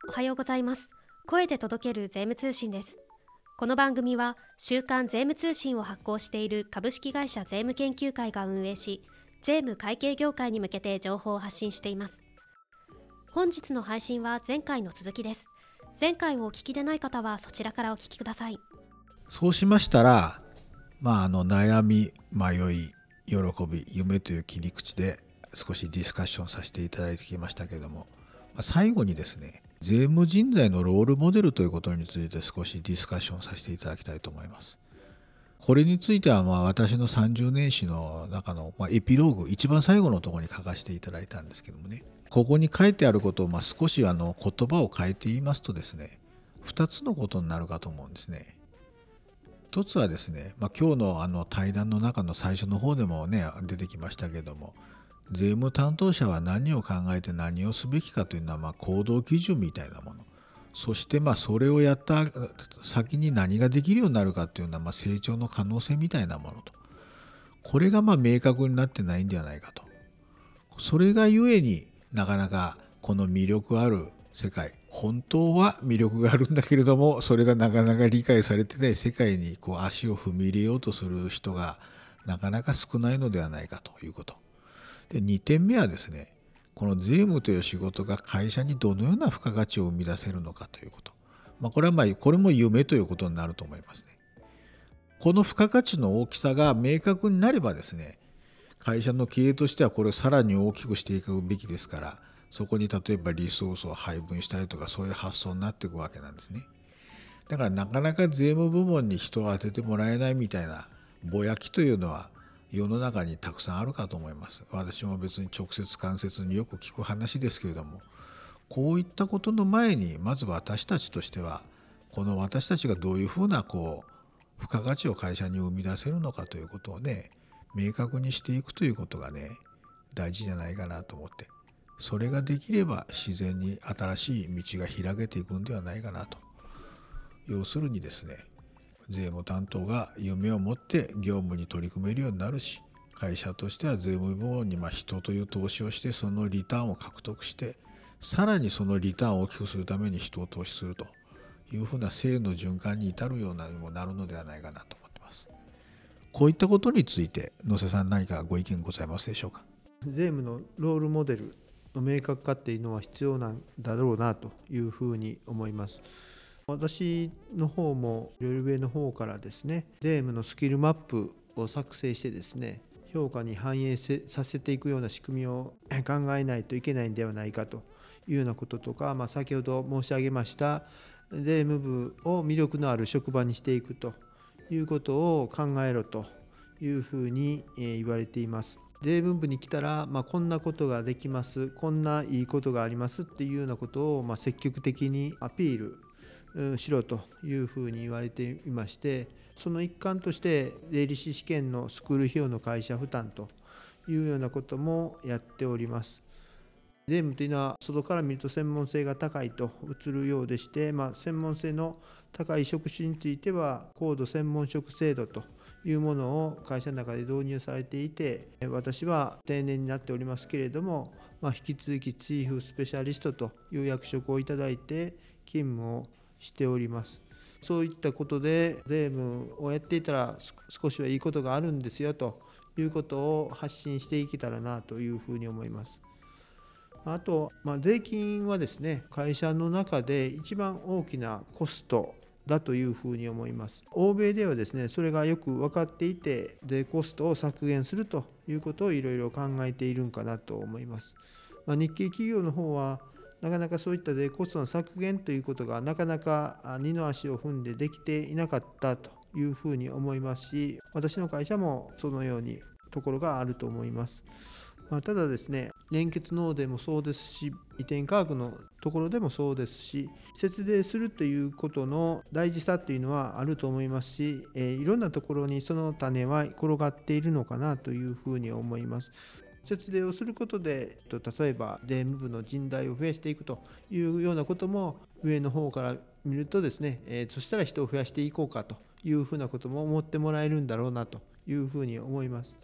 おはようございます。声で届ける税務通信です。この番組は週刊税務通信を発行している株式会社税務研究会が運営し、税務会計業界に向けて情報を発信しています。本日の配信は前回の続きです。前回をお聞きでない方はそちらからお聞きください。 そうしましたら、悩み、迷い、喜び、夢という切り口で少しディスカッションさせていただいてきましたけれども、最後にですね、税務人材のロールモデルということについて少しディスカッションさせていただきたいと思います。これについては私の30年史の中のエピローグ、一番最後のところに書かせていただいたんですけどもね、ここに書いてあることを少し言葉を変えて言いますとですね、2つのことになるかと思うんですね。一つはですね、今日の対談の中の最初の方でもね出てきましたけれども、税務担当者は何を考えて何をすべきかというのは行動基準みたいなもの、そしてそれをやった先に何ができるようになるかというのは成長の可能性みたいなものと、これが明確になってないんじゃないかと。それがゆえになかなかこの魅力ある世界、本当は魅力があるんだけれども、それがなかなか理解されてない世界に足を踏み入れようとする人がなかなか少ないのではないかということ。で、2点目はですね、この税務という仕事が会社にどのような付加価値を生み出せるのかということ。これも夢ということになると思いますね。この付加価値の大きさが明確になればですね、会社の経営としてはこれをさらに大きくしていくべきですから、そこに例えばリソースを配分したりとか、そういう発想になっていくわけなんですね。だからなかなか税務部門に人を当ててもらえないみたいなぼやきというのは世の中にたくさんあるかと思います。私も別に直接間接によく聞く話ですけれども、こういったことの前にまず私たちとしては、この私たちがどういうふうな付加価値を会社に生み出せるのかということをね、明確にしていくということがね、大事じゃないかなと思って、それができれば自然に新しい道が開けていくんではないかなと。要するにですね、税務担当が夢を持って業務に取り組めるようになるし、会社としては税務部門に人という投資をして、そのリターンを獲得して、さらにそのリターンを大きくするために人を投資するというふうな正の循環に至るようにもなるのではないかなと思っています。こういったことについて野瀬さん、何かご意見ございますでしょうか。 税務のロールモデルの明確化っていうのは必要なんだろうなというふうに思います。私の方もより上の方からですね、税務のスキルマップを作成してですね、評価に反映させていくような仕組みを考えないといけないんではないかというようなこととか、先ほど申し上げました税務部を魅力のある職場にしていくということを考えろというふうに言われています。税務部に来たら、こんなことができます、こんないいことがありますっていうようなことを積極的にアピールしろというふうに言われていまして、その一環として税理士試験のスクール費用の会社負担というようなこともやっております。税務というのは外から見ると専門性が高いと映るようでして、専門性の高い職種については高度専門職制度というものを会社の中で導入されていて、私は定年になっておりますけれども、引き続きチーフスペシャリストという役職をいただいて勤務をしております。そういったことで税務をやっていたら少しはいいことがあるんですよということを発信していけたらなというふうに思います。あと、税金はですね、会社の中で一番大きなコストだというふうに思います。欧米ではですね、それがよく分かっていて、税コストを削減するということをいろいろ考えているんかなと思います。日系企業の方はなかなかそういった税コストの削減ということがなかなか二の足を踏んでできていなかったというふうに思いますし、私の会社もそのようにところがあると思います。ただですね、連結納税もそうですし、移転価格のところでもそうですし、節税するということの大事さというのはあると思いますし、いろんなところにその種は転がっているのかなというふうに思います。節税をすることで、例えば税務部の人材を増やしていくというようなことも上の方から見るとですね、そしたら人を増やしていこうかというふうなことも思ってもらえるんだろうなというふうに思います。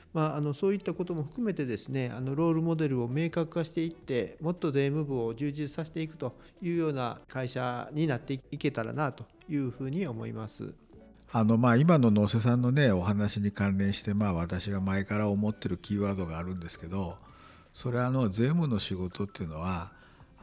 そういったことも含めてですね、ロールモデルを明確化していって、もっと税務部を充実させていくというような会社になっていけたらなというふうに思います。 今の野瀬さんのねお話に関連して、私が前から思ってるキーワードがあるんですけど、それは税務の仕事っていうのは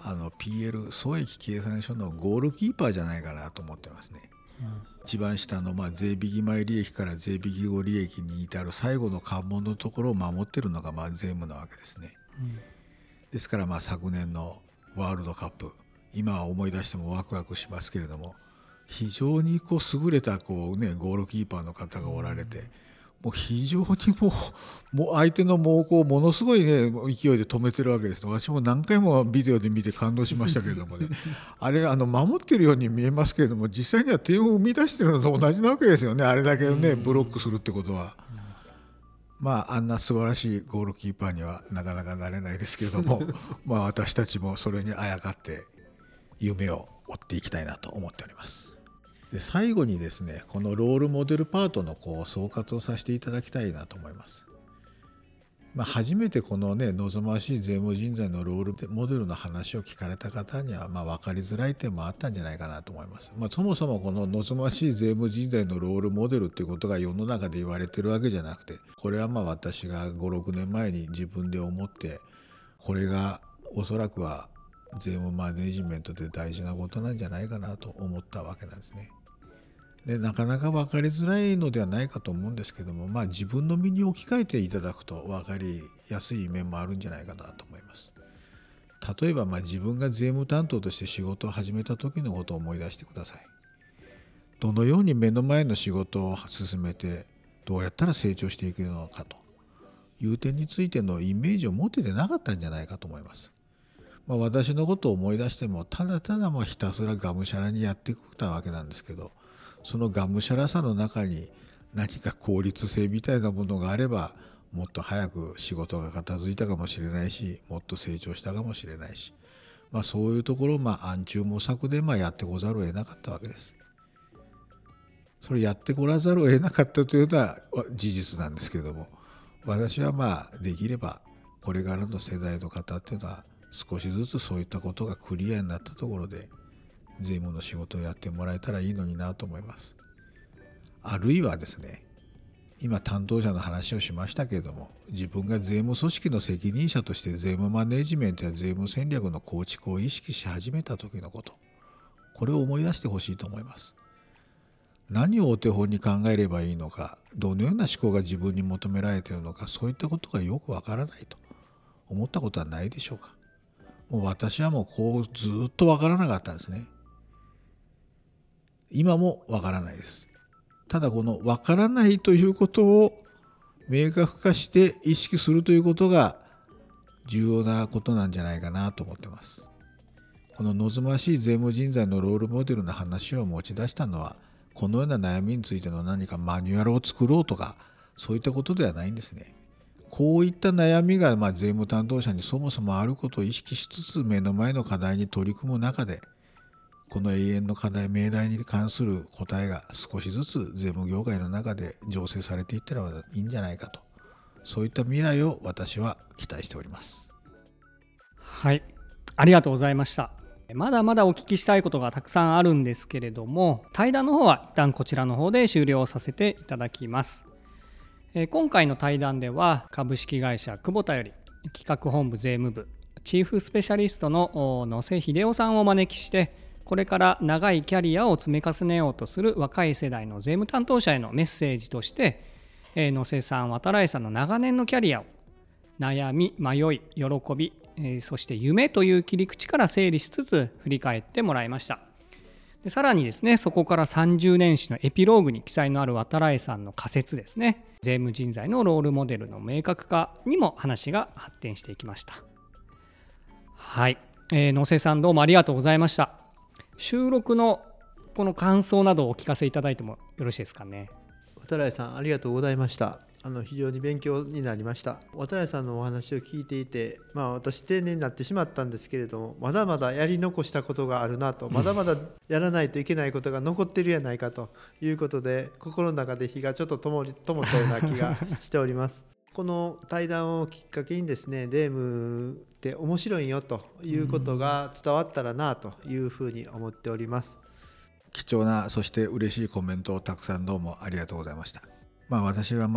PL 損益計算書のゴールキーパーじゃないかなと思ってますね。一番下の税引き前利益から税引き後利益に至る最後の関門のところを守ってるのが税務なわけですね。ですから昨年のワールドカップ、今は思い出してもワクワクしますけれども、非常に優れたゴールキーパーの方がおられて、もう非常にもう相手の猛攻をものすごい勢いで止めてるわけです。私も何回もビデオで見て感動しましたけれどもねあれ守ってるように見えますけれども、実際には点を生み出してるのと同じなわけですよね。あれだけブロックするってことは。あんな素晴らしいゴールキーパーにはなかなかなれないですけれども私たちもそれにあやかって夢を追っていきたいなと思っております。で最後にですね、このロールモデルパートの総括をさせていただきたいなと思います。初めてこの望ましい税務人材のロールモデルの話を聞かれた方には分かりづらい点もあったんじゃないかなと思います。そもそもこの望ましい税務人材のロールモデルっていうことが世の中で言われてるわけじゃなくて、これは私が5、6年前に自分で思って、これがおそらくは税務マネジメントで大事なことなんじゃないかなと思ったわけなんですね。でなかなか分かりづらいのではないかと思うんですけども、自分の身に置き換えていただくと分かりやすい面もあるんじゃないかなと思います。例えば自分が税務担当として仕事を始めた時のことを思い出してください。どのように目の前の仕事を進めてどうやったら成長していけるのかという点についてのイメージを持ててなかったんじゃないかと思います。私のことを思い出してもただただひたすらがむしゃらにやってきたわけなんですけど、そのがむしゃらさの中に何か効率性みたいなものがあれば、もっと早く仕事が片付いたかもしれないし、もっと成長したかもしれないし、そういうところを暗中模索でやってこざるを得なかったわけです。それやってこらざるを得なかったというのは事実なんですけれども、私はできればこれからの世代の方っていうのは少しずつそういったことがクリアになったところで税務の仕事をやってもらえたらいいのになと思います。あるいはですね、今担当者の話をしましたけれども、自分が税務組織の責任者として税務マネジメントや税務戦略の構築を意識し始めた時のこと、これを思い出してほしいと思います。何をお手本に考えればいいのか、どのような思考が自分に求められているのか、そういったことがよくわからないと思ったことはないでしょうか。もう私はこうずっとわからなかったんですね。今もわからないです。ただこのわからないということを明確化して意識するということが重要なことなんじゃないかなと思ってます。この望ましい税務人材のロールモデルの話を持ち出したのは、このような悩みについての何かマニュアルを作ろうとかそういったことではないんですね。こういった悩みが税務担当者にそもそもあることを意識しつつ、目の前の課題に取り組む中で、この永遠の課題命題に関する答えが少しずつ税務業界の中で醸成されていったらいいんじゃないかと、そういった未来を私は期待しております。 はい、ありがとうございました。まだまだお聞きしたいことがたくさんあるんですけれども、対談の方は一旦こちらの方で終了させていただきます。今回の対談では株式会社久保田より企画本部税務部チーフスペシャリストの野瀬秀夫さんをお招きして、これから長いキャリアを積み重ねようとする若い世代の税務担当者へのメッセージとして、野瀬さん、渡来さんの長年のキャリアを悩み、迷い、喜び、そして夢という切り口から整理しつつ振り返ってもらいました。でさらにですね、そこから30年史のエピローグに記載のある渡来さんの仮説ですね、税務人材のロールモデルの明確化にも話が発展していきました。はい、野瀬さんどうもありがとうございました。収録のこの感想などをお聞かせいただいてもよろしいですかね。 渡来さんありがとうございました。非常に勉強になりました。渡来さんのお話を聞いていて、私定年になってしまったんですけれども、まだまだやり残したことがあるなと、まだまだやらないといけないことが残ってるやないかということで、心の中で火がちょっと灯ったような気がしております。 この対談をきっかけにですね、デームって面白いよということが伝わったらなというふうに思っております。 貴重なそして嬉しいコメントをたくさんどうもありがとうございました。私は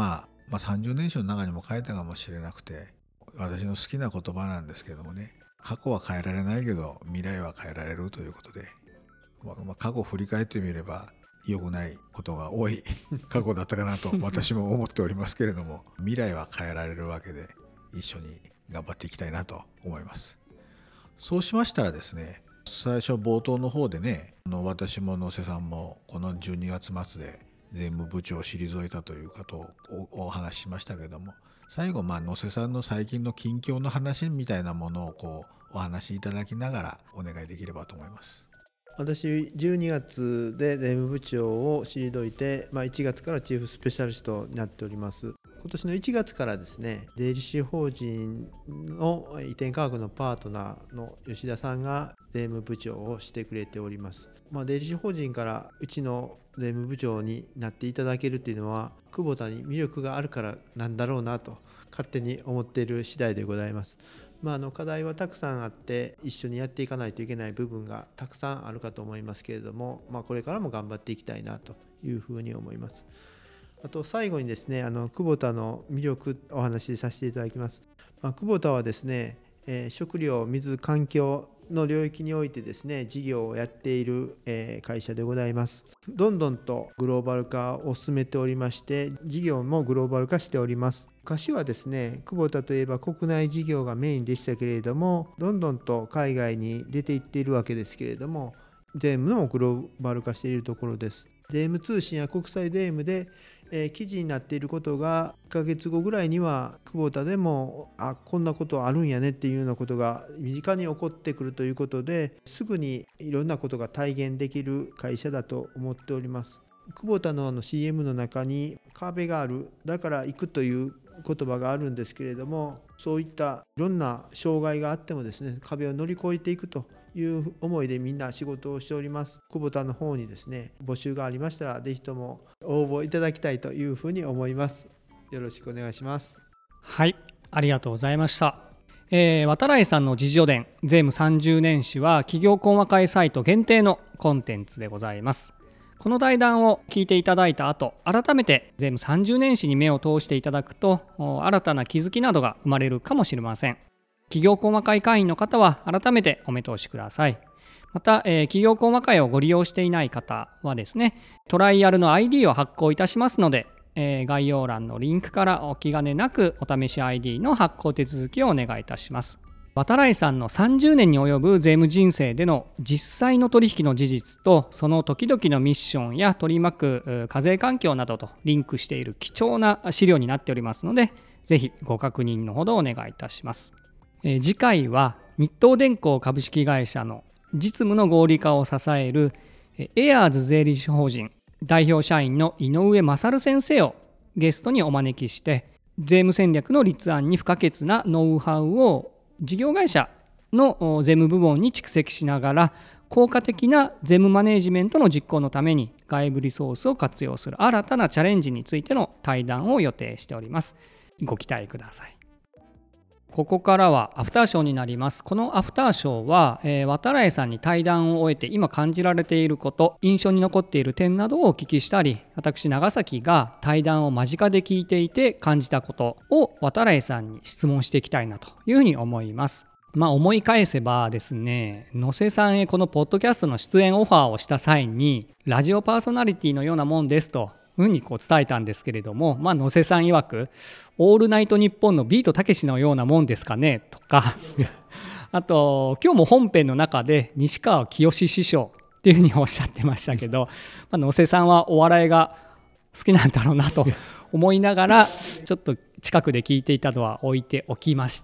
30年史の中にも書いたかもしれなくて、私の好きな言葉なんですけどもね、過去は変えられないけど未来は変えられるということで、過去を振り返ってみれば良くないことが多い過去だったかなと私も思っておりますけれども、未来は変えられるわけで一緒に頑張っていきたいなと思います。そうしましたらですね、最初冒頭の方でね、私も野瀬さんもこの12月末で税務部長を退いたということをお話ししましたけれども、最後野瀬さんの最近の近況の話みたいなものをお話しいただきながらお願いできればと思います。 私12月で税務部長を退いて、1月からチーフスペシャリストになっております。今年の1月からですね、税理士法人の移転科学のパートナーの吉田さんが税務部長をしてくれております。税理士法人からうちの税務部長になっていただけるというのは、久保田に魅力があるからなんだろうなと勝手に思っている次第でございます。課題はたくさんあって一緒にやっていかないといけない部分がたくさんあるかと思いますけれども、これからも頑張っていきたいなというふうに思います。あと最後にですね、久保田の魅力お話しさせていただきます。久保田はですね、食料、水、環境の領域においてですね、事業をやっている会社でございます。どんどんとグローバル化を進めておりまして、事業もグローバル化しております。昔はですね、久保田といえば国内事業がメインでしたけれども、どんどんと海外に出ていっているわけですけれども、税務もグローバル化しているところです。税務通信や国際税務で記事になっていることが1ヶ月後ぐらいには久保田でもこんなことあるんやねっていうようなことが身近に起こってくるということで、すぐにいろんなことが体現できる会社だと思っております。久保田のCM の中に壁がある、だから行くという言葉があるんですけれども、そういったいろんな障害があってもですね、壁を乗り越えていくという思いでみんな仕事をしております。久保田の方にですね、募集がありましたらぜひとも応募いただきたいというふうに思います。よろしくお願いします。 はい、ありがとうございました。渡来さんの自叙伝税務30年史は企業講話会サイト限定のコンテンツでございます。この対談を聞いていただいた後、改めて税務30年史に目を通していただくと新たな気づきなどが生まれるかもしれません。企業講話会会員の方は改めてお目通しください。また、企業講話会をご利用していない方はですね、トライアルの ID を発行いたしますので、概要欄のリンクからお気兼ねなくお試し ID の発行手続きをお願いいたします。渡来さんの30年に及ぶ税務人生での実際の取引の事実とその時々のミッションや取り巻く課税環境などとリンクしている貴重な資料になっておりますので、ぜひご確認のほどお願いいたします。次回は日東電工株式会社の実務の合理化を支えるエアーズ税理士法人代表社員の井上勝先生をゲストにお招きして、税務戦略の立案に不可欠なノウハウを事業会社の税務部門に蓄積しながら効果的な税務マネジメントの実行のために外部リソースを活用する新たなチャレンジについての対談を予定しております。ご期待ください。ここからはアフターショーになります。このアフターショーは、渡来さんに対談を終えて今感じられていること、印象に残っている点などをお聞きしたり、私長崎が対談を間近で聞いていて感じたことを渡来さんに質問していきたいなというふうに思います。思い返せばですね、野瀬さんへこのポッドキャストの出演オファーをした際にラジオパーソナリティのようなもんですとふうに伝えたんですけれども、野瀬さん曰くオールナイトニッポンのビートたけしのようなもんですかねとかあと今日も本編の中で西川きよし師匠っていうふうにおっしゃってましたけど、野瀬さんはお笑いが好きなんだろうなと思いながらちょっと近くで聞いていたのは置いておきまして、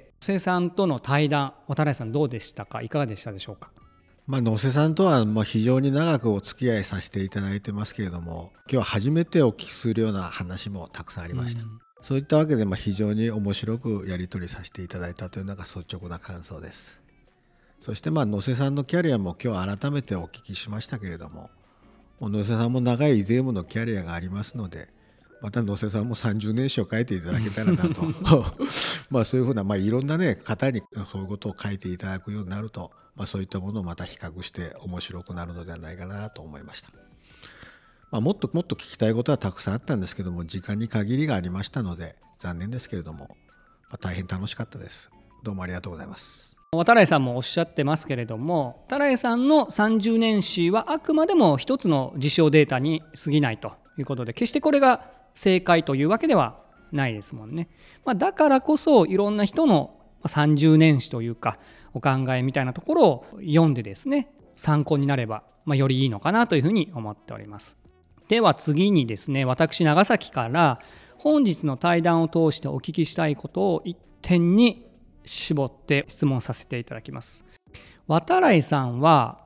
野瀬さんとの対談、渡来さんどうでしたか、いかがでしたでしょうか。 野瀬さんとは非常に長くお付き合いさせていただいてますけれども、今日初めてお聞きするような話もたくさんありました。そういったわけで非常に面白くやり取りさせていただいたというのが率直な感想です。そして野瀬さんのキャリアも今日改めてお聞きしましたけれども、野瀬さんも長い税務のキャリアがありますので、 また野瀬さんも30年史を書いていただけたらなとそういうふうな、いろんな、方にそういうことを書いていただくようになると、そういったものをまた比較して面白くなるのではないかなと思いました。もっともっと聞きたいことはたくさんあったんですけども、時間に限りがありましたので残念ですけれども、大変楽しかったです。どうもありがとうございます。 渡来さんもおっしゃってますけれども、渡来さんの30年史はあくまでも一つの事象データに過ぎないということで、決してこれが正解というわけではないですもんね。だからこそいろんな人の30年史というかお考えみたいなところを読んでですね、参考になればよりいいのかなというふうに思っております。では次にですね、私長崎から本日の対談を通してお聞きしたいことを一点に絞って質問させていただきます。渡来さんは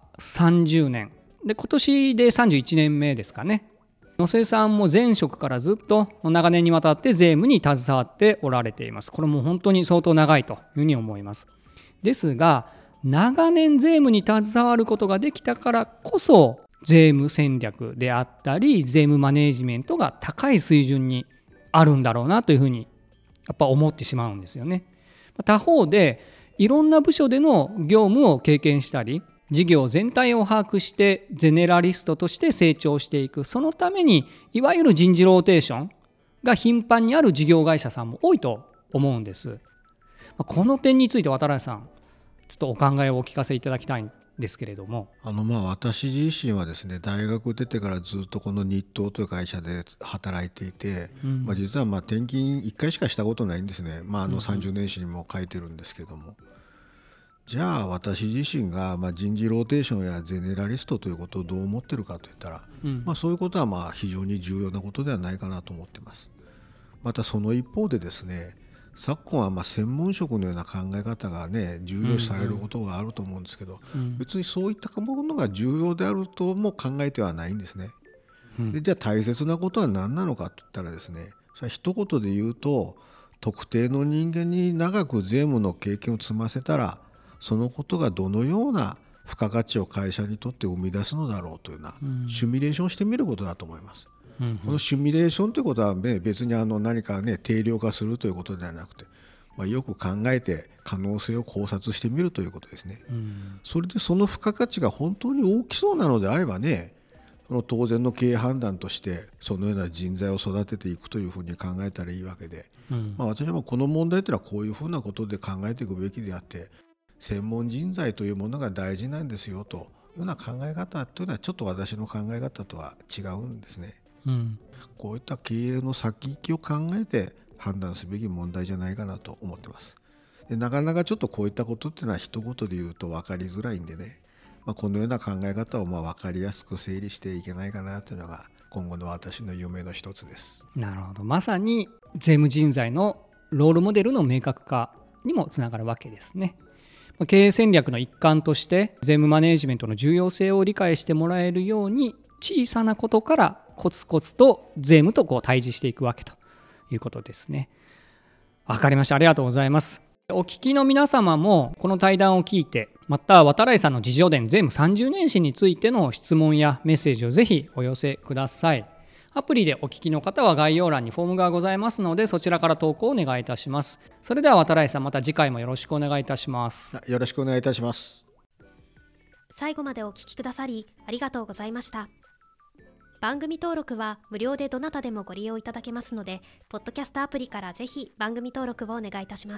30年で、今年で31年目ですかね。野瀬さんも前職からずっと長年にわたって税務に携わっておられています。これも本当に相当長いというふうに思います。ですが、長年税務に携わることができたからこそ、税務戦略であったり税務マネジメントが高い水準にあるんだろうなというふうにやっぱ思ってしまうんですよね。他方でいろんな部署での業務を経験したり、事業全体を把握してゼネラリストとして成長していく、そのためにいわゆる人事ローテーションが頻繁にある事業会社さんも多いと思うんです。この点について渡来さん、ちょっとお考えをお聞かせいただきたいんですけれども。 私自身はですね、大学出てからずっとこの日東という会社で働いていて、実は転勤1回しかしたことないんですね。30年史にも書いてるんですけども、じゃあ私自身が人事ローテーションやゼネラリストということをどう思ってるかといったら、そういうことは非常に重要なことではないかなと思っています。またその一方でですね、昨今は専門職のような考え方がね重要視されることがあると思うんですけど、別にそういったものが重要であるとも考えてはないんですね。でじゃあ大切なことは何なのかといったらですね、それは一言で言うと、特定の人間に長く税務の経験を積ませたら、そのことがどのような付加価値を会社にとって生み出すのだろうというようなシミュレーションをしてみることだと思います。このシミュレーションということは、別に何か定量化するということではなくて、よく考えて可能性を考察してみるということですね。それでその付加価値が本当に大きそうなのであればね、その当然の経営判断としてそのような人材を育てていくというふうに考えたらいいわけで、私はこの問題というのはこういうふうなことで考えていくべきであって、専門人材というものが大事なんですよというような考え方というのはちょっと私の考え方とは違うんですね。こういった経営の先行きを考えて判断すべき問題じゃないかなと思ってます。でなかなかちょっとこういったことっていうのは一言で言うと分かりづらいんでね、このような考え方を分かりやすく整理していけないかなというのが今後の私の夢の一つです。 なるほど、まさに税務人材のロールモデルの明確化にもつながるわけですね。経営戦略の一環として税務マネジメントの重要性を理解してもらえるように、小さなことからコツコツと税務と対峙していくわけということですね。わかりました。ありがとうございます。お聞きの皆様もこの対談を聞いて、また渡来さんの自叙伝税務30年史についての質問やメッセージをぜひお寄せください。アプリでお聞きの方は概要欄にフォームがございますので、そちらから投稿をお願いいたします。それでは渡来さん、また次回もよろしくお願いいたします。 よろしくお願いいたします。 最後までお聞きくださりありがとうございました。番組登録は無料でどなたでもご利用いただけますので、ポッドキャストアプリからぜひ番組登録をお願いいたします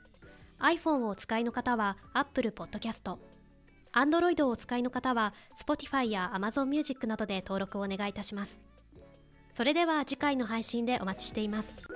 。iPhone をお使いの方は Apple Podcast、Android をお使いの方は Spotify や Amazon Music などで登録をお願いいたします。それでは次回の配信でお待ちしています。